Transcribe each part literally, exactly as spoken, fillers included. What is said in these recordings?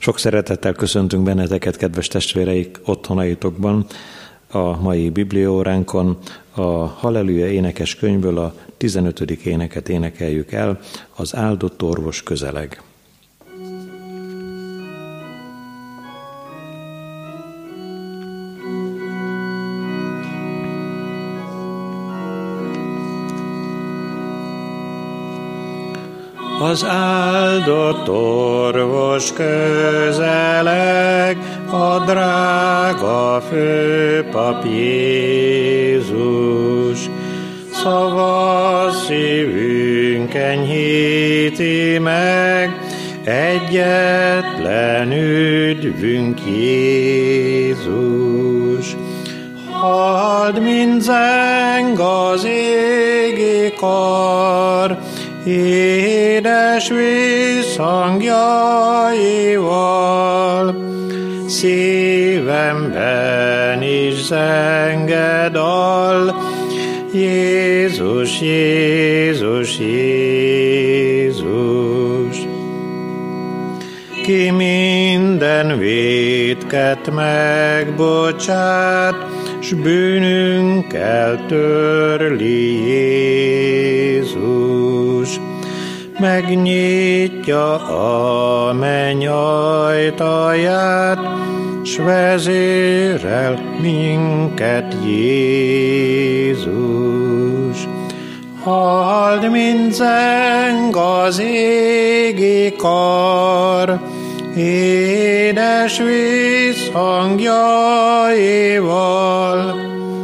Sok szeretettel köszöntünk benneteket, kedves testvéreik, otthonaitokban, a mai bibliaóránkon. A Halleluja énekes könyvből a tizenötödik éneket énekeljük el, az áldott orvos közeleg. Az áldott orvos közeleg, a drága főpap Jézus. Szava szívünk enyhíti meg, egyetlen üdvünk Jézus. Halld, mint zeng az égi kar, édes visszhangjaival, szívemben is zenge dal, Jézus, Jézus, Jézus. Ki minden vétket megbocsát, s bűnünk eltörli Jézus. Megnyitja a menny ajtaját, s vezérel minket Jézus. Halld, mint zeng az égi kar, édes visszhangjaival,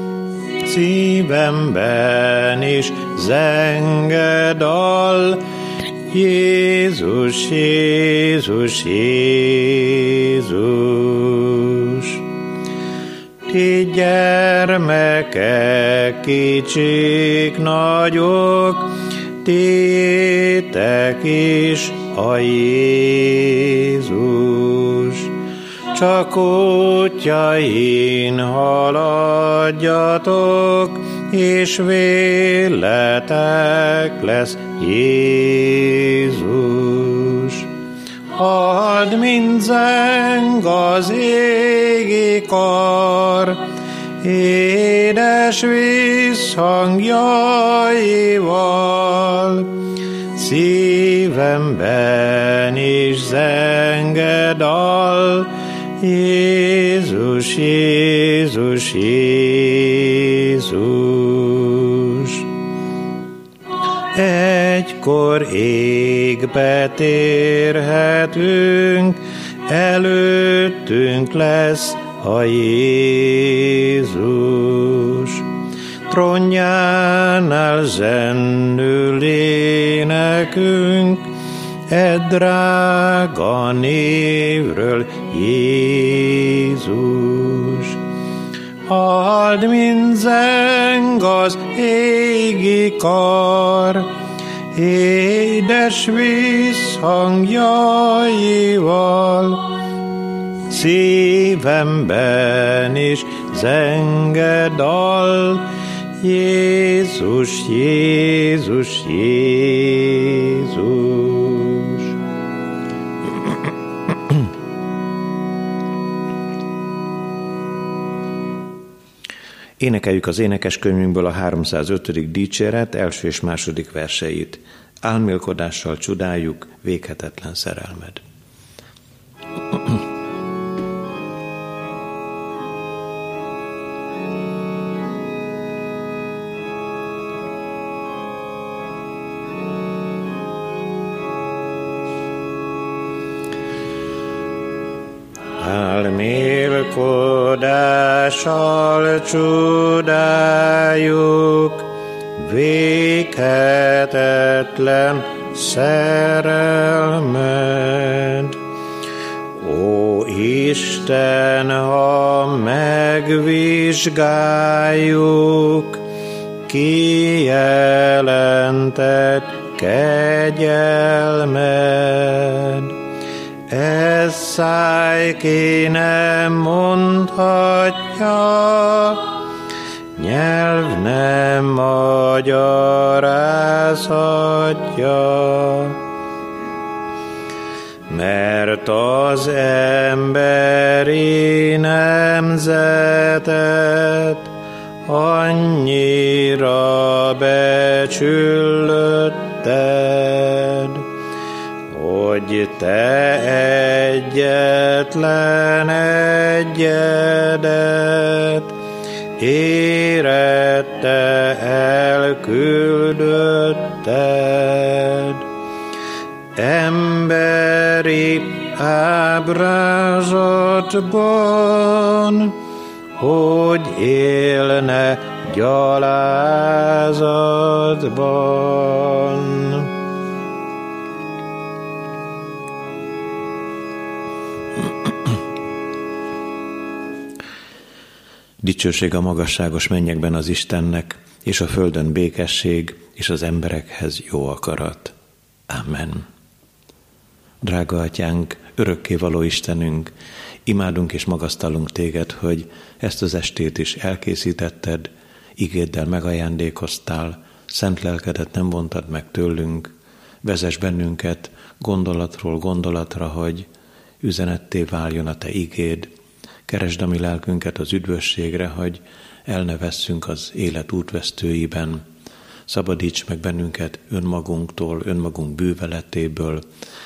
szívemben is zenge dal, Jézus, Jézus, Jézus. Ti gyermekek, kicsik, nagyok, tiétek is a Jézus. Csak útjain haladjatok, és véletek lesz Jézus. Halld, mint zeng az égi kar, édes visszhangjaival, szívemben is zenge dal, Jézus, Jézus, Jézus. Egykor égbe térhetünk, előttünk lesz a Jézus. Trónjánál zennül énekünk, e drága névről, Jézus. Halld, mint zeng az égi kar, édes visszhangjaival, szívemben is zenge dal, Jézus, Jézus, Jézus. Énekeljük az énekeskönyvünkből a háromszázötödik dicséret első és második verseit. Álmélkodással csodáljuk véghetetlen szerelmed. Álmélkodással csodáljuk véghetetlen szerelmed. Ó Isten, ha megvizsgáljuk kijelentett kegyelmed, ez száj ki nem mondhatja, nyelv nem magyarázhatja. mert az emberi nemzetet annyira becsülötted, hogy te egyetlen egyedet érette elküldötted. Emberi ábrázatban, hogy élne gyalázatban. Dicsőség a magasságos mennyekben az Istennek, és a földön békesség, és az emberekhez jó akarat. Amen. Drága Atyánk, örökkévaló Istenünk, imádunk és magasztalunk téged, hogy ezt az estét is elkészítetted, igéddel megajándékoztál, szent lelkedet nem vontad meg tőlünk, vezess bennünket gondolatról gondolatra, hogy üzenetté váljon a te igéd, keresd a mi lelkünket az üdvösségre, hogy el ne vesszünk az élet útvesztőiben, szabadíts meg bennünket önmagunktól, önmagunk bűveletéből,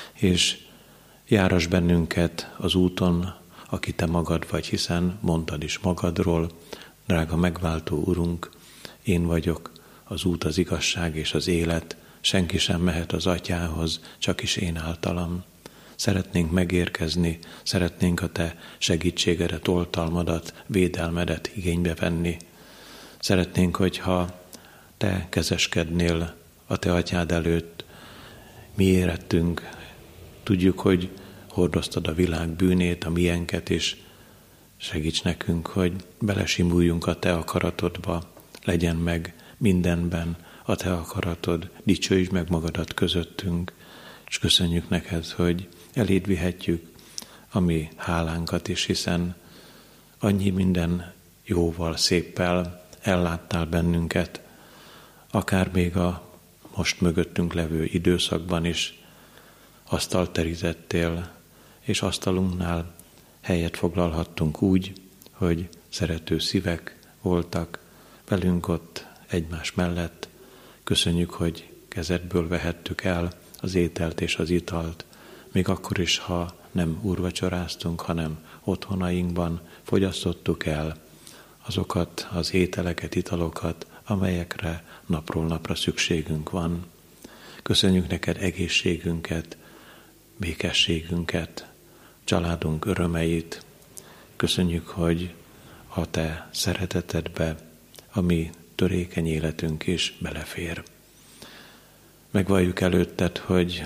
és járass bennünket az úton, aki te magad vagy, hiszen mondtad is magadról, drága megváltó Urunk, én vagyok az út, az igazság és az élet, senki sem mehet az Atyához, csak is én általam. Szeretnénk megérkezni, szeretnénk a te segítségedet, oltalmadat, védelmedet igénybe venni. Szeretnénk, hogyha te kezeskednél a te Atyád előtt, mi érettünk, tudjuk, hogy hordoztad a világ bűnét, a miénket is. Segíts nekünk, hogy belesimuljunk a te akaratodba, legyen meg mindenben a te akaratod, dicsőítsd meg magadat közöttünk, és köszönjük neked, hogy eléd vihetjük a mi hálánkat is, hiszen annyi minden jóval, széppel elláttál bennünket, akár még a most mögöttünk levő időszakban is asztalt terítettél, és asztalunknál helyet foglalhattunk úgy, hogy szerető szívek voltak velünk ott egymás mellett. Köszönjük, hogy kezedből vehettük el az ételt és az italt, még akkor is, ha nem úrvacsoráztunk, hanem otthonainkban fogyasztottuk el azokat az ételeket, italokat, amelyekre napról napra szükségünk van. Köszönjük neked egészségünket, békességünket, családunk örömeit. Köszönjük, hogy a te szeretetedbe a mi törékeny életünk is belefér. Megvalljuk előtted, hogy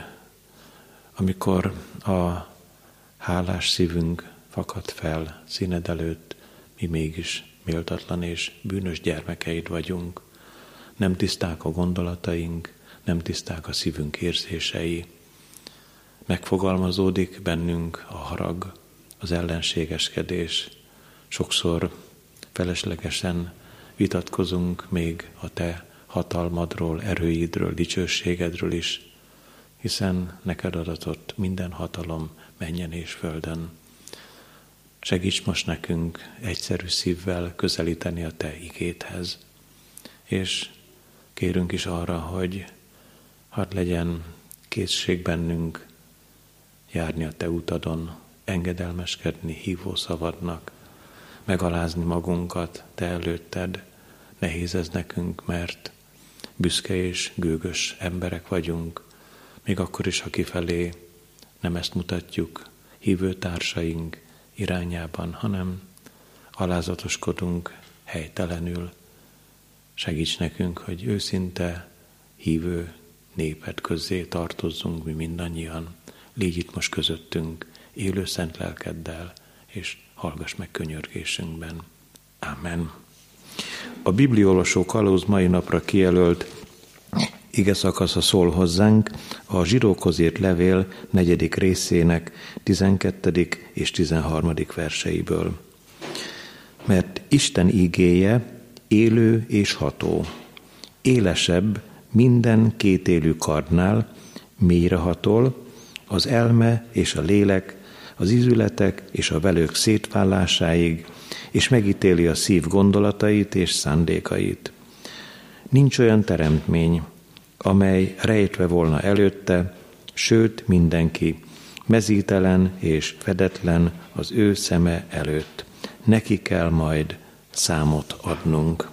amikor a hálás szívünk fakad fel színed előtt, mi mégis méltatlan és bűnös gyermekeid vagyunk. Nem tiszták a gondolataink, nem tiszták a szívünk érzései. Megfogalmazódik bennünk a harag, az ellenségeskedés. Sokszor feleslegesen vitatkozunk még a te hatalmadról, erőidről, dicsőségedről is, hiszen neked adatott minden hatalom mennyen és földön. Segíts most nekünk egyszerű szívvel közelíteni a te igédhez, és kérünk is arra, hogy hadd legyen készség bennünk járni a te utadon, engedelmeskedni hívó szavadnak, megalázni magunkat te előtted. Nehéz ez nekünk, mert büszke és gőgös emberek vagyunk, még akkor is, ha kifelé nem ezt mutatjuk hívő társaink irányában, hanem alázatoskodunk helytelenül. Segíts nekünk, hogy őszinte hívő néped közzé tartozzunk mi mindannyian. Légy itt most közöttünk, élő szent lelkeddel, és hallgass meg könyörgésünkben. Amen. A bibliolvasó kalauz mai napra kijelölt ige szakasza szól hozzánk a Zsidókhoz írt levél negyedik részének tizenkettedik és tizenharmadik verseiből. Mert Isten igéje élő és ható, élesebb minden kétélű kardnál, mélyrehatol, az elme és a lélek, az ízületek és a velők szétválásáig, és megítéli a szív gondolatait és szándékait. Nincs olyan teremtmény, amely rejtve volna előtte, sőt mindenki, mezítelen és fedetlen az ő szeme előtt. Neki kell majd számot adnunk.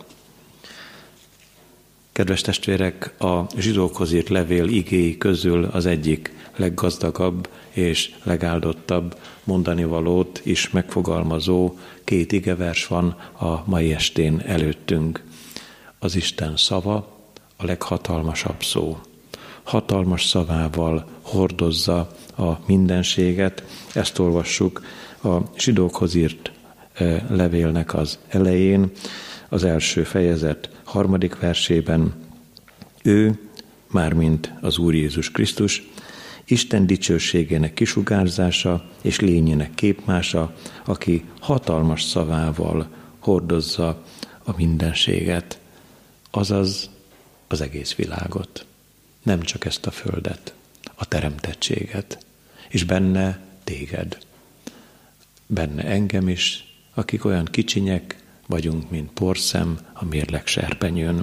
Kedves testvérek, a zsidókhoz írt levél igéi közül az egyik leggazdagabb és legáldottabb mondanivalót is megfogalmazó két igevers van a mai estén előttünk. Az Isten szava a leghatalmasabb szó. Hatalmas szavával hordozza a mindenséget. Ezt olvassuk a zsidókhoz írt levélnek az elején, az első fejezet harmadik versében. Ő, mármint az Úr Jézus Krisztus, Isten dicsőségének kisugárzása és lényének képmása, aki hatalmas szavával hordozza a mindenséget, azaz az egész világot. Nem csak ezt a földet, a teremtettséget, és benne téged, benne engem is, akik olyan kicsinyek vagyunk, mint porszem a mérleg serpenyőn.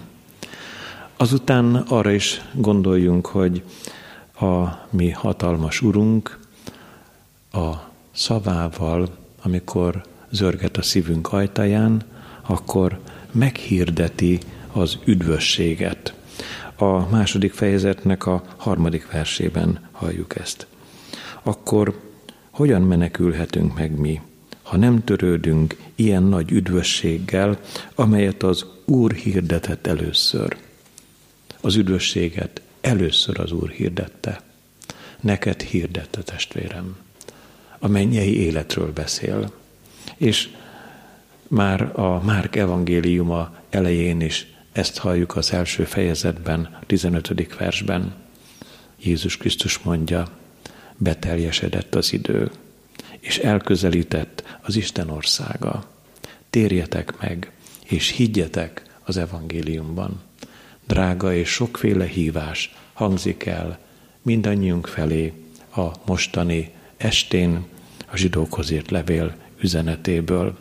Azután arra is gondoljunk, hogy a mi hatalmas Urunk a szavával, amikor zörget a szívünk ajtaján, akkor meghirdeti az üdvösséget. A második fejezetnek a harmadik versében halljuk ezt. Akkor hogyan menekülhetünk meg mi, ha nem törődünk ilyen nagy üdvösséggel, amelyet az Úr hirdetett először? Az üdvösséget először az Úr hirdette. Neked hirdette, testvérem. A mennyei életről beszél. És már a Márk evangéliuma elején is ezt halljuk az első fejezetben, a tizenötödik versben. Jézus Krisztus mondja, beteljesedett az idő, és elközelített az Isten országa. Térjetek meg, és higgyetek az evangéliumban. Drága és sokféle hívás hangzik el mindannyiunk felé a mostani estén a zsidókhoz írt levél üzenetéből.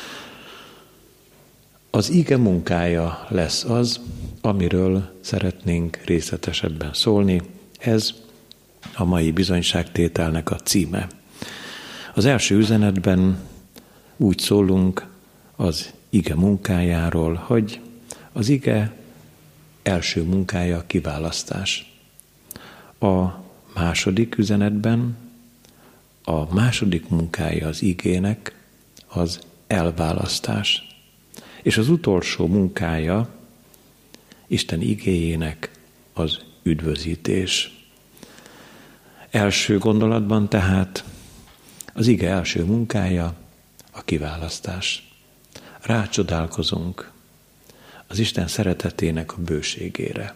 Az ige munkája lesz az, amiről szeretnénk részletesebben szólni. Ez a mai bizonyságtételnek a címe. Az első üzenetben úgy szólunk az ige munkájáról, hogy az ige első munkája a kiválasztás. A második üzenetben a második munkája az igének az elválasztás. És az utolsó munkája Isten igéjének az üdvözítés. Első gondolatban tehát az ige első munkája a kiválasztás. Rácsodálkozunk az Isten szeretetének a bőségére.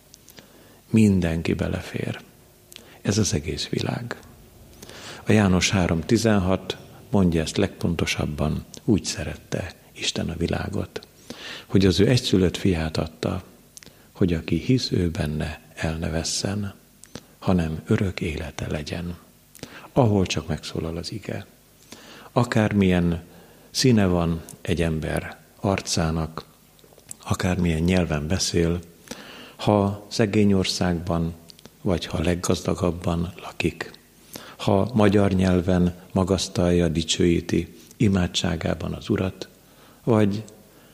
Mindenki belefér. Ez az egész világ. A János három tizenhat mondja ezt legpontosabban, úgy szerette Isten a világot, hogy az ő egyszülött fiát adta, hogy aki hisz ő benne, el ne vesszen, hanem örök élete legyen. Ahol csak megszólal az ige. Akármilyen színe van egy ember arcának, akármilyen nyelven beszél, ha szegény országban, vagy ha leggazdagabban lakik, ha magyar nyelven magasztalja, dicsőíti imádságában az Urat, vagy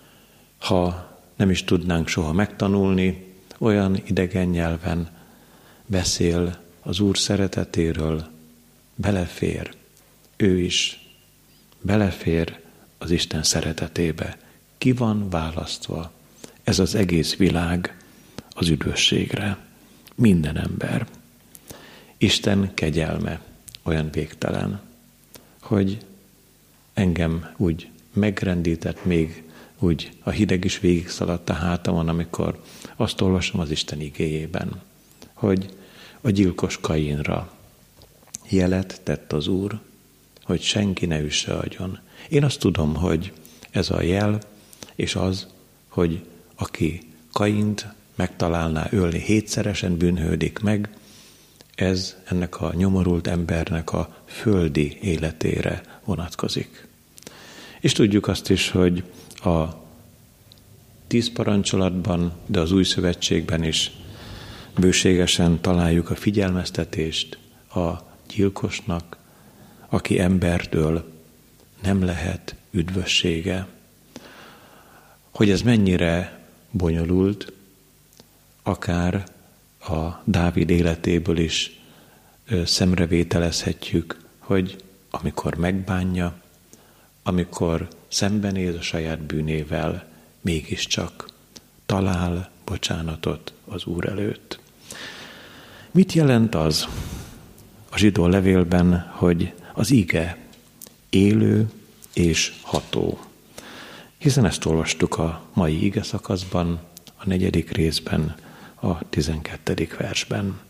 ha nem is tudnánk soha megtanulni, olyan idegen nyelven beszél az Úr szeretetéről, belefér, ő is belefér az Isten szeretetébe. Ki van választva ez az egész világ az üdvösségre? Minden ember. Isten kegyelme olyan végtelen, hogy engem úgy megrendített, még úgy a hideg is végig szaladt a hátamon, amikor azt olvasom az Isten igéjében, hogy a gyilkos Kainra jelet tett az Úr, hogy senki ne üsse agyon. Én azt tudom, hogy ez a jel, és az, hogy aki Kaint megtalálná ölni, hétszeresen bűnhődik meg, Ez ennek a nyomorult embernek a földi életére vonatkozik. És tudjuk azt is, hogy a tíz parancsolatban, de az új szövetségben is bőségesen találjuk a figyelmeztetést a gyilkosnak, aki embertől nem lehet üdvössége. Hogy ez mennyire bonyolult, akár a Dávid életéből is szemrevételezhetjük, hogy amikor megbánja, amikor szembenéz a saját bűnével, mégiscsak talál bocsánatot az Úr előtt. Mit jelent az a zsidó levélben, hogy az ige élő és ható? Hiszen ezt olvastuk a mai ige szakaszban, a negyedik részben, a tizenkettedik versben.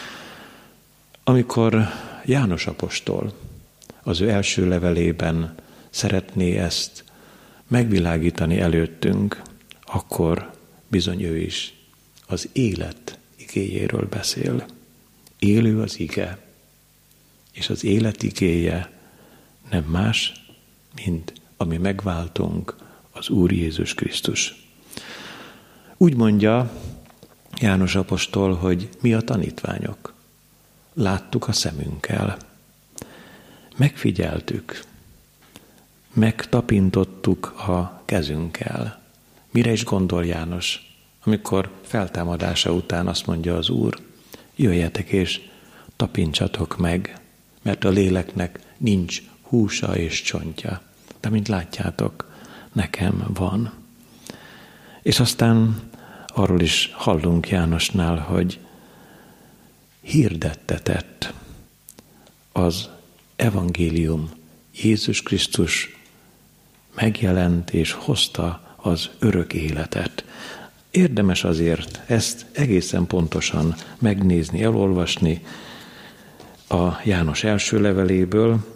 Amikor János apostol az ő első levelében szeretné ezt megvilágítani előttünk, akkor bizony ő is az élet igéjéről beszél. Élő az ige, és az élet igéje nem más, mint ami megváltunk, az Úr Jézus Krisztus. Úgy mondja János apostol, hogy mi a tanítványok. Láttuk a szemünkkel, megfigyeltük, megtapintottuk a kezünkkel. Mire is gondol János, amikor feltámadása után azt mondja az Úr, jöjjetek és tapintsatok meg, mert a léleknek nincs húsa és csontja, de mint látjátok, nekem van. És aztán arról is hallunk Jánosnál, hogy hirdettetett az evangélium, Jézus Krisztus megjelent és hozta az örök életet. Érdemes azért ezt egészen pontosan megnézni, elolvasni a János első leveléből,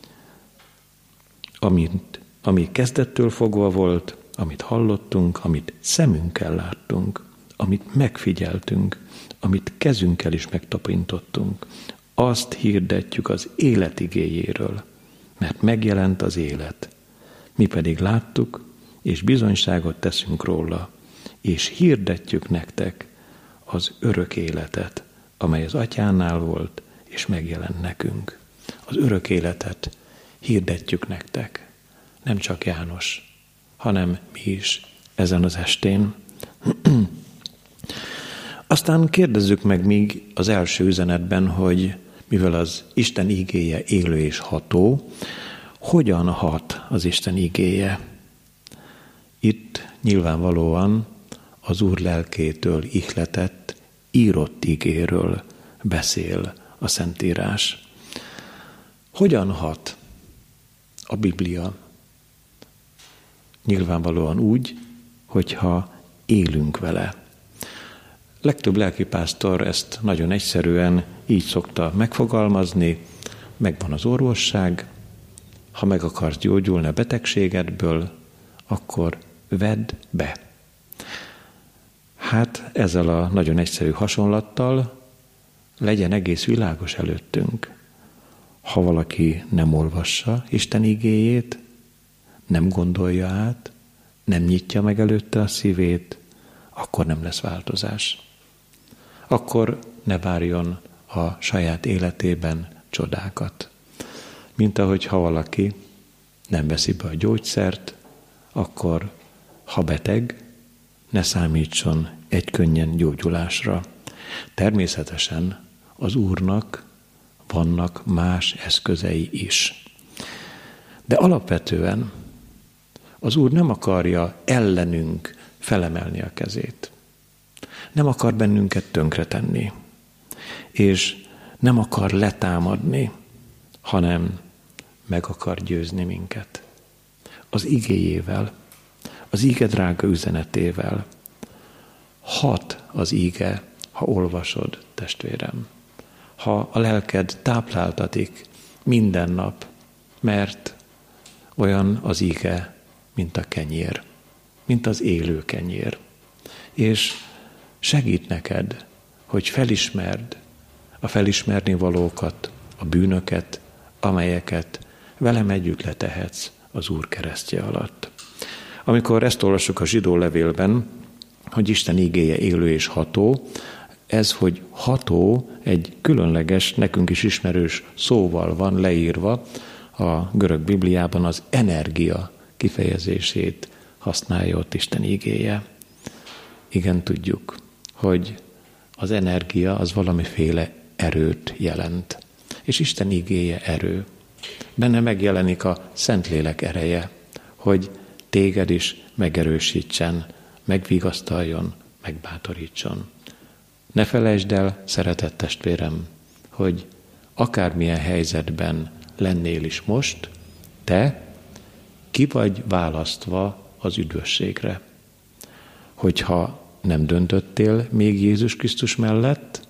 amit, ami kezdettől fogva volt, amit hallottunk, amit szemünkkel láttunk, amit megfigyeltünk, amit kezünkkel is megtapintottunk. Azt hirdetjük az élet igéjéről, mert megjelent az élet. Mi pedig láttuk, és bizonyságot teszünk róla, és hirdetjük nektek az örök életet, amely az Atyánál volt, és megjelent nekünk. Az örök életet hirdetjük nektek, nem csak János, hanem mi is ezen az estén. Aztán kérdezzük meg még az első üzenetben, hogy mivel az Isten igéje élő és ható, hogyan hat az Isten igéje? Itt nyilvánvalóan az Úr lelkétől ihletett, írott igéről beszél a Szentírás. Hogyan hat a Biblia? Nyilvánvalóan úgy, hogyha élünk vele. Legtöbb lelkipásztor ezt nagyon egyszerűen így szokta megfogalmazni, megvan az orvosság, ha meg akarsz gyógyulni a betegségedből, akkor vedd be. Hát ezzel a nagyon egyszerű hasonlattal legyen egész világos előttünk. Ha valaki nem olvassa Isten igéjét, nem gondolja át, nem nyitja meg előtte a szívét, akkor nem lesz változás. Akkor ne várjon a saját életében csodákat. Mint ahogy ha valaki nem veszi be a gyógyszert, akkor ha beteg, ne számítson egy könnyen gyógyulásra. Természetesen az Úrnak vannak más eszközei is. De alapvetően az Úr nem akarja ellenünk felemelni a kezét. Nem akar bennünket tönkretenni, és nem akar letámadni, hanem meg akar győzni minket. Az igéjével, az íge drága üzenetével. Hat az íge, ha olvasod, testvérem. Ha a lelked tápláltatik minden nap, mert olyan az íge, mint a kenyér, mint az élő kenyér. És segít neked, hogy felismerd a felismerni valókat, a bűnöket, amelyeket velem együtt letehetsz az Úr keresztje alatt. Amikor ezt olvassuk a zsidó levélben, hogy Isten igéje élő és ható, ez, hogy ható, egy különleges, nekünk is ismerős szóval van leírva, a görög Bibliában az energia kifejezését használja ott Isten igéje. Igen, tudjuk, hogy az energia az valamiféle erőt jelent. És Isten igéje erő. Benne megjelenik a Szentlélek ereje, hogy téged is megerősítsen, megvigasztaljon, megbátorítson. Ne felejtsd el, szeretett testvérem, hogy akármilyen helyzetben lennél is most, te ki vagy választva az üdvösségre. Hogyha nem döntöttél még Jézus Krisztus mellett,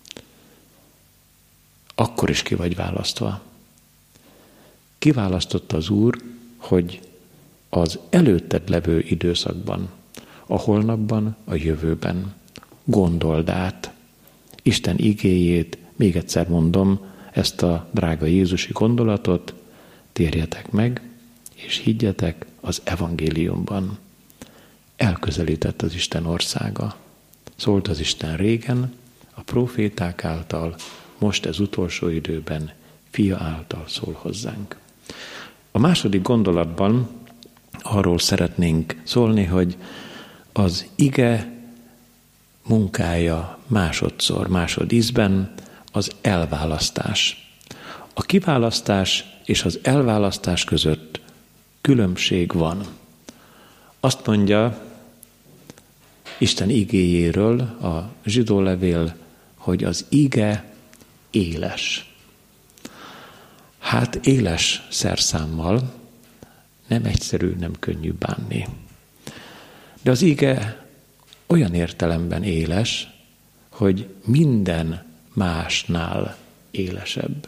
akkor is ki vagy választva. Kiválasztotta az Úr, hogy az előtted levő időszakban, a holnapban, a jövőben gondold át Isten igéjét, még egyszer mondom, ezt a drága Jézusi gondolatot, térjetek meg, és higgyetek az evangéliumban. Elközelített az Isten országa. Szólt az Isten régen, a próféták által, most ez utolsó időben fia által szól hozzánk. A második gondolatban arról szeretnénk szólni, hogy az ige munkája másodszor, másodízben az elválasztás. A kiválasztás és az elválasztás között különbség van. Azt mondja Isten igéjéről a zsidó levél, hogy az ige éles. Hát éles szerszámmal nem egyszerű, nem könnyű bánni. De az ige olyan értelemben éles, hogy minden másnál élesebb.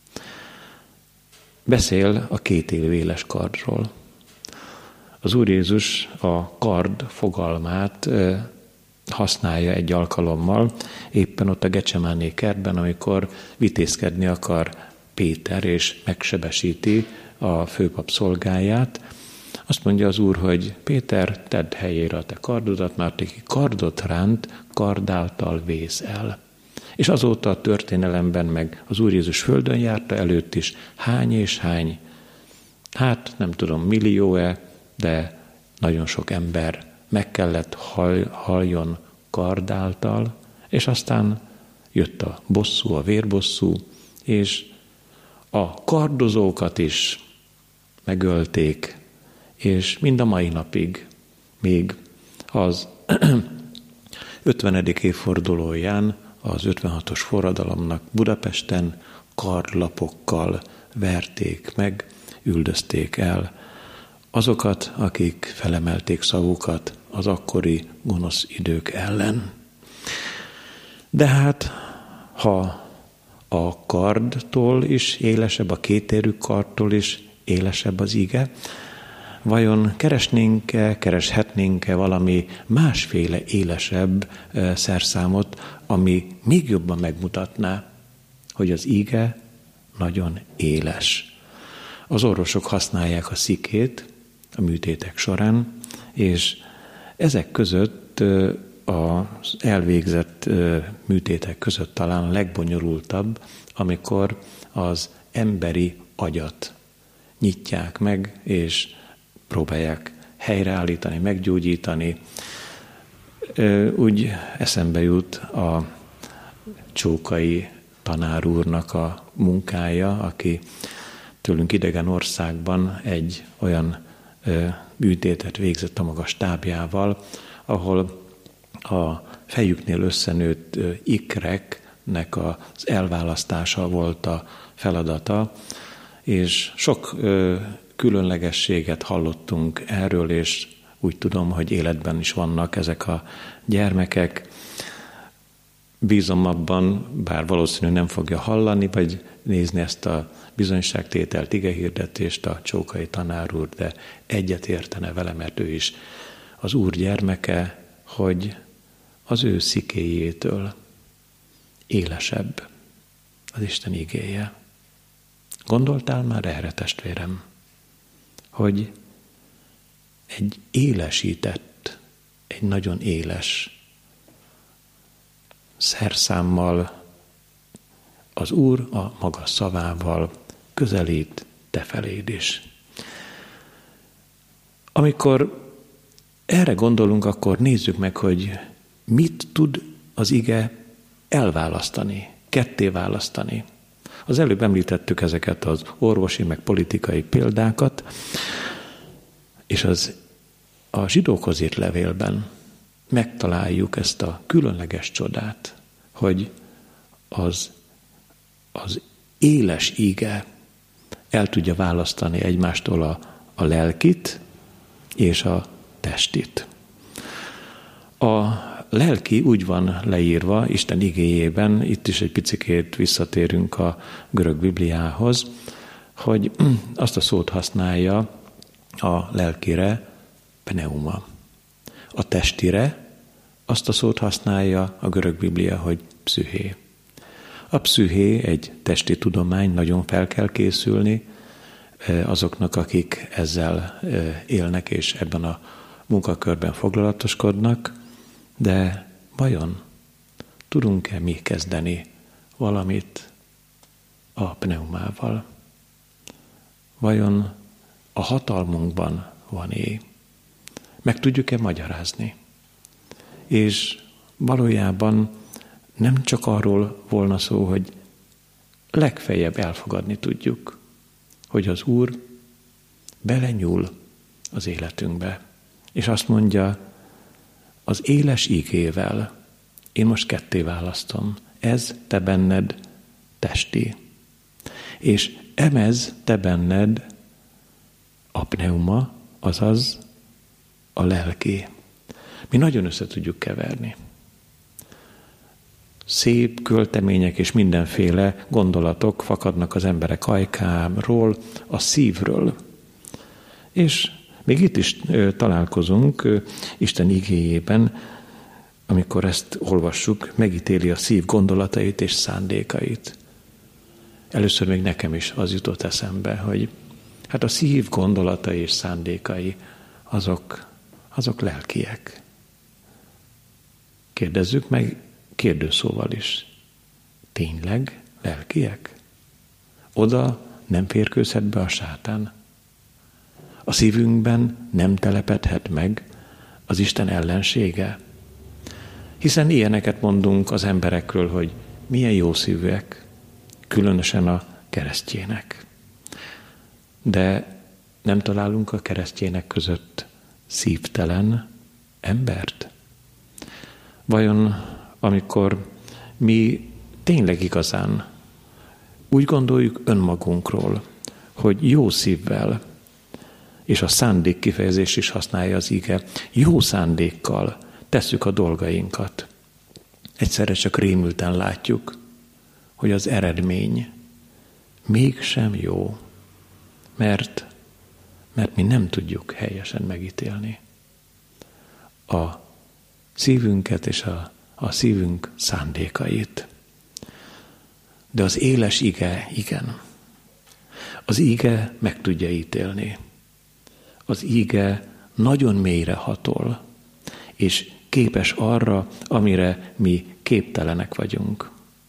Beszél a kétélű éles kardról. Az Úr Jézus a kard fogalmát használja egy alkalommal, éppen ott a Gecsemáné kertben, amikor vitézkedni akar Péter, és megsebesíti a főpap szolgáját. Azt mondja az Úr, hogy Péter, tedd helyére a te kardodat, mert aki kardot ránt, kardáltal vész el. És azóta a történelemben, meg az Úr Jézus földön járta előtt is, hány és hány, hát nem tudom, millió-e, de nagyon sok ember meg kellett hal, haljon kardáltal, és aztán jött a bosszú, a vérbosszú, és a kardozókat is megölték, és mind a mai napig, még az ötvenedik évfordulóján az ötvenhatos forradalomnak Budapesten kardlapokkal verték meg, üldözték el azokat, akik felemelték szavukat az akkori gonosz idők ellen. De hát, ha a kardtól is élesebb, a kétérű kardtól is élesebb az ige, vajon keresnénk-e, kereshetnénk-e valami másféle élesebb szerszámot, ami még jobban megmutatná, hogy az ige nagyon éles. Az orvosok használják a szikét a műtétek során, és ezek között az elvégzett műtétek között talán a legbonyolultabb, amikor az emberi agyat nyitják meg, és próbálják helyreállítani, meggyógyítani. Úgy eszembe jut a Csókai tanár úrnak a munkája, aki tőlünk idegen országban egy olyan műtétet végzett a maga stábjával, ahol a fejüknél összenőtt ikreknek az elválasztása volt a feladata, és sok különlegességet hallottunk erről, és úgy tudom, hogy életben is vannak ezek a gyermekek. Bízom abban, bár valószínűleg nem fogja hallani, vagy nézni ezt a bizonyságtételt, igehirdetést a Csókai tanár úr, de egyet értene vele, mert ő is az Úr gyermeke, hogy az ő szikéjétől élesebb. az Isten igéje. Gondoltál már erre, testvérem, hogy egy élesített, egy nagyon éles szerszámmal az Úr a maga szavával közelít te feléd is. Amikor erre gondolunk, akkor nézzük meg, hogy mit tud az ige elválasztani, ketté választani. Az előbb említettük ezeket az orvosi, meg politikai példákat, és az a zsidókhoz írt levélben megtaláljuk ezt a különleges csodát, hogy az, az éles ige el tudja választani egymástól a, a lelkit és a testit. A lelki úgy van leírva Isten igéjében, itt is egy picikét visszatérünk a görög Bibliához, hogy azt a szót használja a lelkire, pneuma. A testire azt a szót használja a görög Biblia, hogy pszüché. A pszüché egy testi tudomány, nagyon fel kell készülni azoknak, akik ezzel élnek és ebben a munkakörben foglalatoskodnak, de vajon tudunk-e mi kezdeni valamit a pneumával? Vajon a hatalmunkban van-e? Meg tudjuk-e magyarázni? És valójában nem csak arról volna szó, hogy legfeljebb elfogadni tudjuk, hogy az Úr belenyúl az életünkbe, és azt mondja, az éles ígével, én most ketté választom, ez te benned testi, és emez te benned a pneuma, azaz a lelki. Mi nagyon össze tudjuk keverni. Szép költemények és mindenféle gondolatok fakadnak az emberek ajkáról, a szívről. És még itt is találkozunk Isten igéjében, amikor ezt olvassuk, megítéli a szív gondolatait és szándékait. Először még nekem is az jutott eszembe, hogy hát a szív gondolatai és szándékai azok, azok lelkiek. Kérdezzük meg kérdőszóval is. Tényleg lelkiek? Oda nem férkőzhet be a sátán? A szívünkben nem telepedhet meg az Isten ellensége? Hiszen ilyeneket mondunk az emberekről, hogy milyen jó szívűek, különösen a keresztjének. De nem találunk a keresztjének között szívtelen embert? Vajon amikor mi tényleg igazán úgy gondoljuk önmagunkról, hogy jó szívvel, és a szándék kifejezés is használja az ige, jó szándékkal tesszük a dolgainkat. Egyszerre csak rémülten látjuk, hogy az eredmény mégsem jó, mert, mert mi nem tudjuk helyesen megítélni a szívünket és a, a szívünk szándékait. De az éles ige, igen. Az ige meg tudja ítélni. Az ige nagyon mélyre hatol, és képes arra, amire mi képtelenek vagyunk.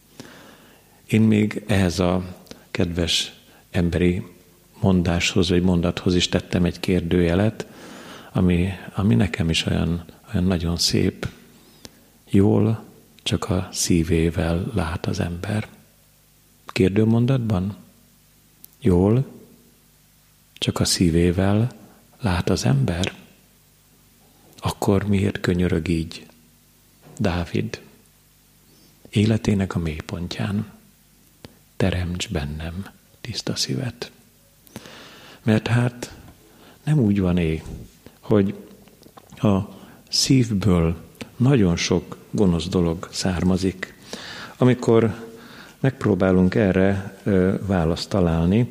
Én még ehhez a kedves emberi mondáshoz, vagy mondathoz is tettem egy kérdőjelet, ami, ami nekem is olyan, olyan nagyon szép. Jól csak a szívével lát az ember. Kérdőmondatban? Jól csak a szívével lát az ember? Akkor miért könyörög így Dávid életének a mélypontján? Teremts bennem tiszta szívet. Mert hát nem úgy van é, hogy a szívből nagyon sok gonosz dolog származik. Amikor megpróbálunk erre választ találni,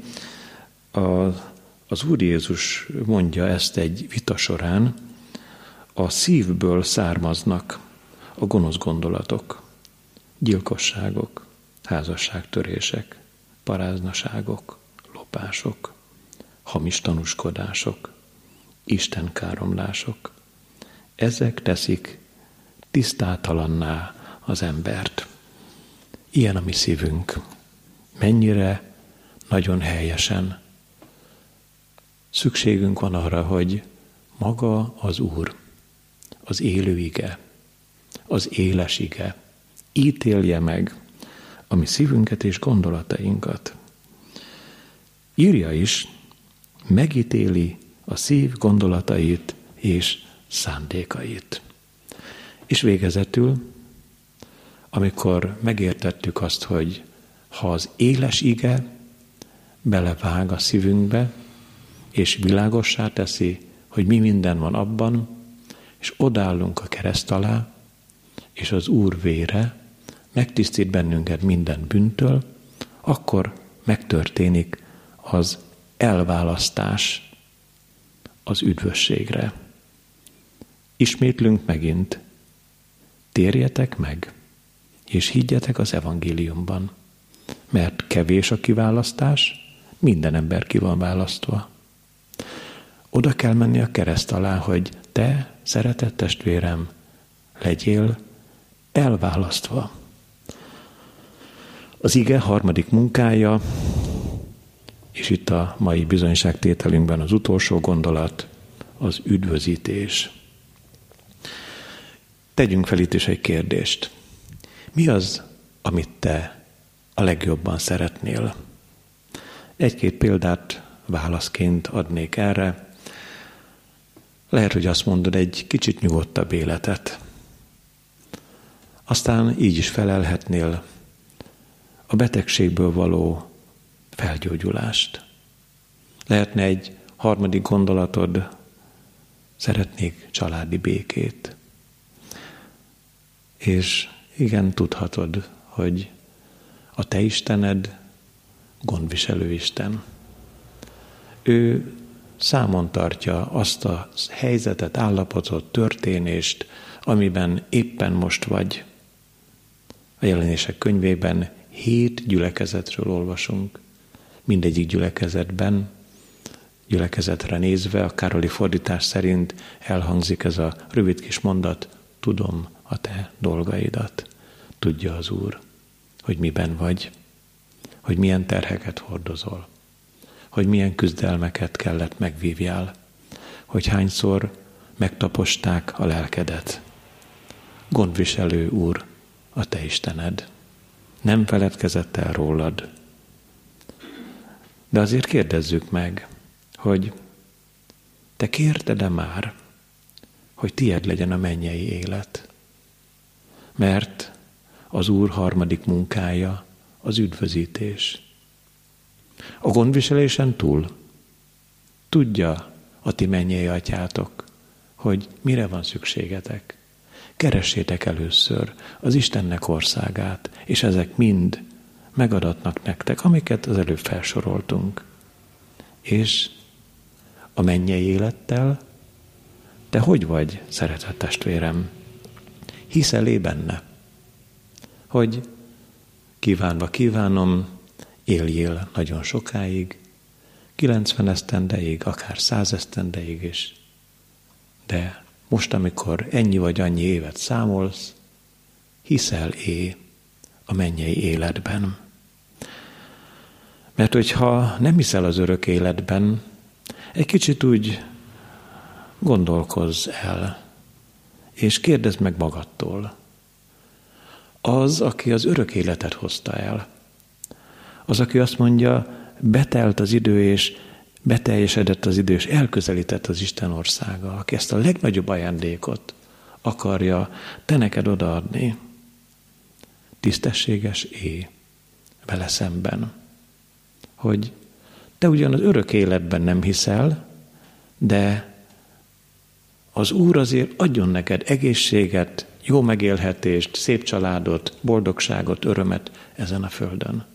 az Úr Jézus mondja ezt egy vita során, a szívből származnak a gonosz gondolatok, gyilkosságok, házasságtörések, paráznaságok, lopások, hamis tanúskodások, istenkáromlások. Ezek teszik tisztátalanná az embert. Ilyen a mi szívünk. Mennyire nagyon helyesen szükségünk van arra, hogy maga az Úr, az élő ige, az éles ige ítélje meg a mi szívünket és gondolatainkat. Írja is, megítéli a szív gondolatait és szándékait. És végezetül, amikor megértettük azt, hogy ha az éles ige belevág a szívünkbe, és világossá teszi, hogy mi minden van abban, és odállunk a kereszt alá, és az Úr vére megtisztít bennünket minden bűntől, akkor megtörténik az elválasztás az üdvösségre. Ismétlünk megint, térjetek meg, és higgyetek az evangéliumban, mert kevés a kiválasztás, minden ember ki van választva. Oda kell menni a kereszt alá, hogy te, szeretett testvérem, legyél elválasztva. Az ige harmadik munkája, és itt a mai bizonyságtételünkben az utolsó gondolat, az üdvözítés. Tegyünk fel itt is egy kérdést. Mi az, amit te a legjobban szeretnél? Egy-két példát válaszként adnék erre. Lehet, hogy azt mondod, egy kicsit nyugodtabb életet. Aztán így is felelhetnél a betegségből való felgyógyulást. Lehetne egy harmadik gondolatod, szeretnék családi békét. És igen, tudhatod, hogy a te Istened gondviselő Isten. Ő számon tartja azt a helyzetet, állapotot, történést, amiben éppen most vagy. A Jelenések könyvében hét gyülekezetről olvasunk. Mindegyik gyülekezetben, gyülekezetre nézve, a Károli fordítás szerint elhangzik ez a rövid kis mondat, tudom a te dolgaidat. Tudja az Úr, hogy miben vagy, hogy milyen terheket hordozol, hogy milyen küzdelmeket kellett megvívjál, hogy hányszor megtaposták a lelkedet. Gondviselő Úr, a te Istened. Nem feledkezett el rólad. De azért kérdezzük meg, hogy te kérted-e már, hogy tied legyen a mennyei élet? Mert az Úr harmadik munkája az üdvözítés. A gondviselésen túl tudja a ti mennyei atyátok, hogy mire van szükségetek. Keressétek először az Istennek országát, és ezek mind megadatnak nektek, amiket az előbb felsoroltunk. És a mennyei élettel te hogy vagy, szeretett testvérem? Hiszel-e benne, hogy kívánva kívánom, éljél nagyon sokáig, kilencven esztendeig, akár száz esztendeig is, de most, amikor ennyi vagy annyi évet számolsz, hiszel-é a mennyei életben? Mert hogyha nem hiszel az örök életben, egy kicsit úgy gondolkozz el, és kérdezd meg magadtól. Az, aki az örök életet hozta el, az, aki azt mondja, betelt az idő, és beteljesedett az idő, és elközelített az Isten országa, aki ezt a legnagyobb ajándékot akarja te neked odaadni. Tisztességes é vele szemben, hogy te ugyan az örök életben nem hiszel, de az Úr azért adjon neked egészséget, jó megélhetést, szép családot, boldogságot, örömet ezen a földön.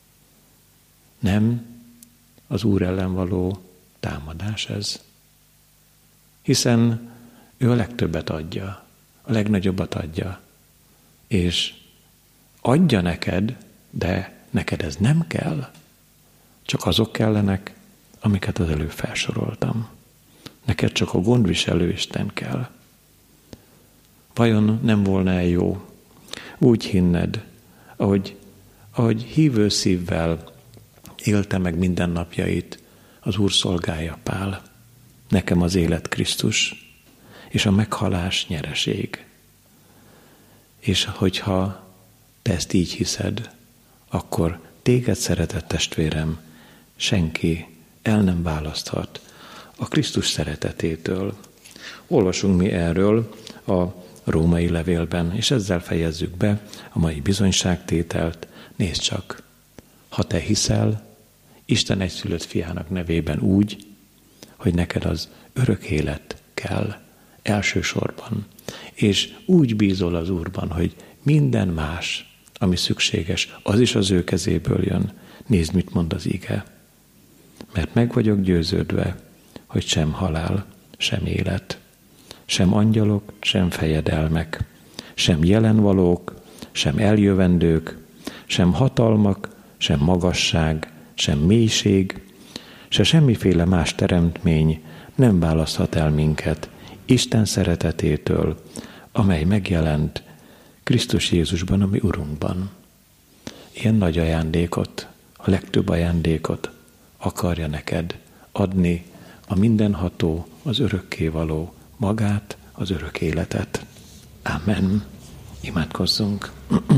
Nem az Úr ellen való támadás ez. Hiszen ő a legtöbbet adja, a legnagyobbat adja, és adja neked de neked ez nem kell, csak azok kellenek, amiket az előbb felsoroltam. Neked csak a gondviselő Isten kell. Vajon nem volna jó úgy hinned, ahogy, ahogy hívő szívvel élte meg mindennapjait az Úr szolgája Pál? Nekem az élet Krisztus, és a meghalás nyereség. És hogyha te ezt így hiszed, akkor téged, szeretett testvérem, senki el nem választhat a Krisztus szeretetétől. Olvasunk mi erről a római levélben, és ezzel fejezzük be a mai bizonyságtételt. Nézd csak, ha te hiszel Isten egyszülött fiának nevében úgy, hogy neked az örök élet kell elsősorban, és úgy bízol az Úrban, hogy minden más, ami szükséges, az is az ő kezéből jön. Nézd, mit mond az ige. Mert meg vagyok győződve, hogy sem halál, sem élet, sem angyalok, sem fejedelmek, sem jelenvalók, sem eljövendők, sem hatalmak, sem magasság, sem mélység, se semmiféle más teremtmény nem választhat el minket Isten szeretetétől, amely megjelent Krisztus Jézusban, a mi Urunkban. Ilyen nagy ajándékot, a legtöbb ajándékot akarja neked adni a mindenható, az örökkévaló, magát, az örök életet. Amen. Imádkozzunk.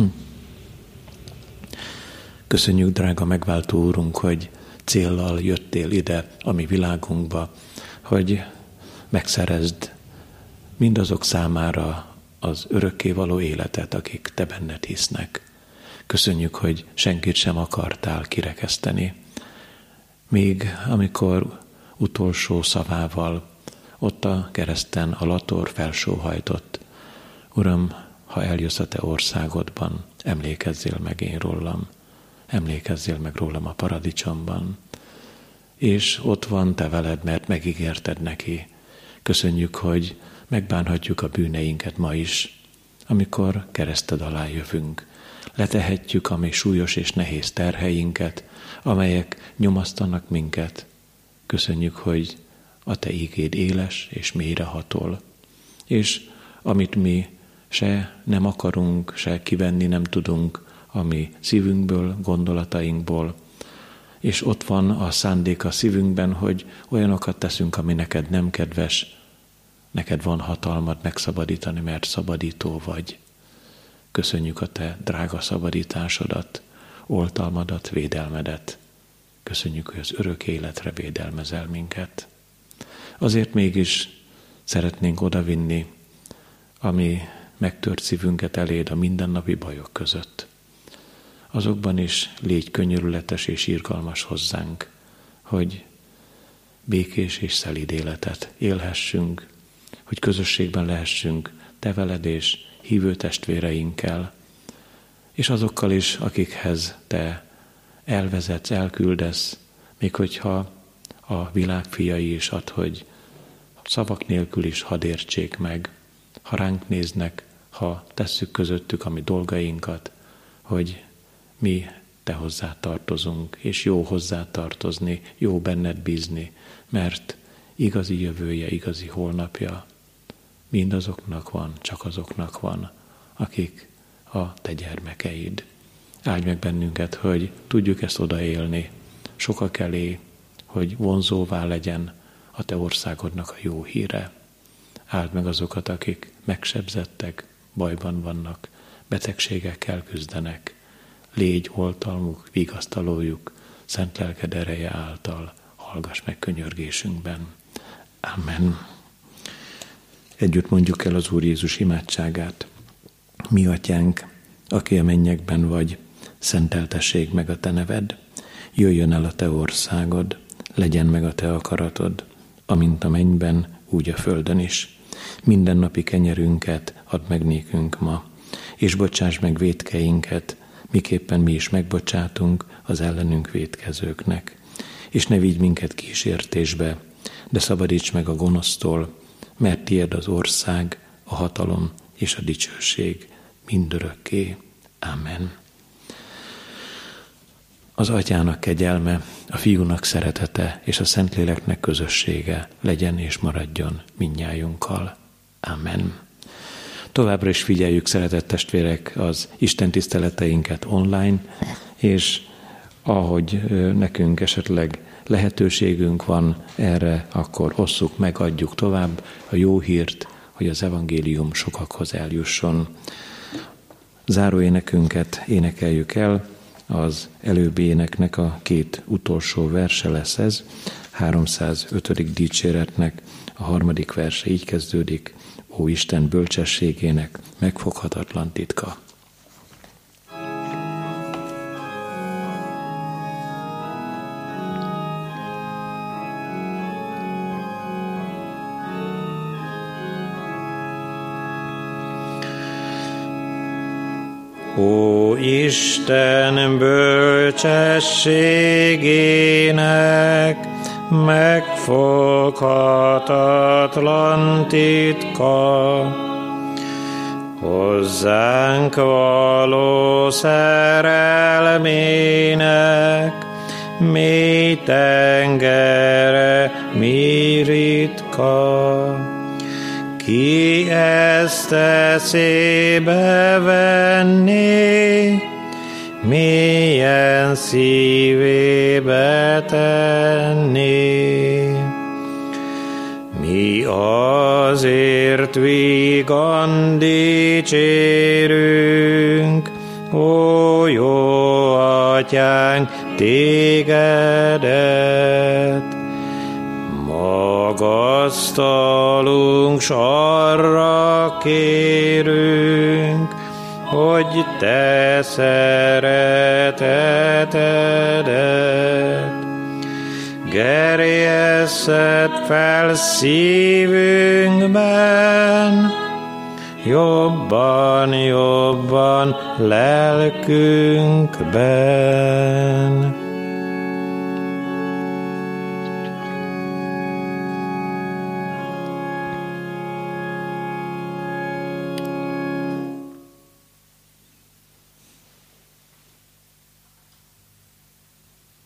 Köszönjük, drága megváltó Úrunk, hogy céllal jöttél ide a mi világunkba, hogy megszerezd mindazok számára az örökkévaló életet, akik te benned hisznek. Köszönjük, hogy senkit sem akartál kirekeszteni. Még amikor utolsó szavával ott a kereszten a lator felsóhajtott: Uram, ha eljössz a te országodban, emlékezzél meg én rólam, emlékezzél meg rólam a paradicsomban. És ott van te veled, mert megígérted neki. Köszönjük, hogy megbánhatjuk a bűneinket ma is, amikor kereszted alá jövünk. Letehetjük a mi súlyos és nehéz terheinket, amelyek nyomasztanak minket. Köszönjük, hogy a te ígéd éles és mélyrehatol, és amit mi se nem akarunk, se kivenni nem tudunk a mi szívünkből, gondolatainkból, és ott van a szándék a szívünkben, hogy olyanokat teszünk, ami neked nem kedves, neked van hatalmad megszabadítani, mert szabadító vagy. Köszönjük a te drága szabadításodat, oltalmadat, védelmedet. Köszönjük, hogy az örök életre védelmezel minket. Azért mégis szeretnénk odavinni, ami megtört szívünket eléd a mindennapi bajok között. Azokban is légy könyörületes és irgalmas hozzánk, hogy békés és szelíd életet élhessünk, hogy közösségben lehessünk te veled és hívő testvéreinkkel, és azokkal is, akikhez te elvezetsz, elküldesz, még hogyha a világ fiai is ad, hogy szavak nélkül is hadd értsék meg, ha ránk néznek, ha tesszük közöttük a mi dolgainkat, hogy mi te hozzá tartozunk, és jó hozzá tartozni, jó benned bízni, mert igazi jövője, igazi holnapja mindazoknak van, csak azoknak van, akik a te gyermekeid. Áldj meg bennünket, hogy tudjuk ezt odaélni sokak elé, hogy vonzóvá legyen a te országodnak a jó híre. Áld meg azokat, akik megsebzettek, bajban vannak, betegségekkel küzdenek. Légy oltalmuk, vigasztalójuk, szent lelked ereje által, hallgass meg könyörgésünkben. Amen. Együtt mondjuk el az Úr Jézus imádságát. Mi atyánk, aki a mennyekben vagy, szenteltessék meg a te neved, jöjjön el a te országod, legyen meg a te akaratod, amint a mennyben, úgy a földön is. Mindennapi kenyerünket add meg nékünk ma, és bocsáss meg vétkeinket, miképpen mi is megbocsátunk az ellenünk vétkezőknek. És ne vigy minket kísértésbe, de szabadíts meg a gonosztól, mert tiéd az ország, a hatalom és a dicsőség mindörökké. Amen. Az Atyának kegyelme, a Fiúnak szeretete és a Szentléleknek közössége legyen és maradjon mindnyájunkkal. Amen. Továbbra is figyeljük, szeretett testvérek, az Isten tiszteleteinket online, és ahogy nekünk esetleg lehetőségünk van erre, akkor osszuk meg, adjuk tovább a jó hírt, hogy az evangélium sokakhoz eljusson. Záróénekünket énekeljük el, az előbbi éneknek a két utolsó verse lesz ez, háromszázötödik dicséretnek a harmadik verse így kezdődik: Ó Isten bölcsességének megfoghatatlan titka. Ó Isten bölcsességének megfoghatatlan titka, hozzánk való szerelmének mély tengere mi ritka. Ki ezt eszébe venné, mélyen szívébe tenné. Mi azért vígan dicsérünk, ó jó Atyánk, tégedet. Magasztalunk, s arra kérünk, hogy te szeretetedet gerjesszed fel szívünkben, jobban, jobban lelkünkben.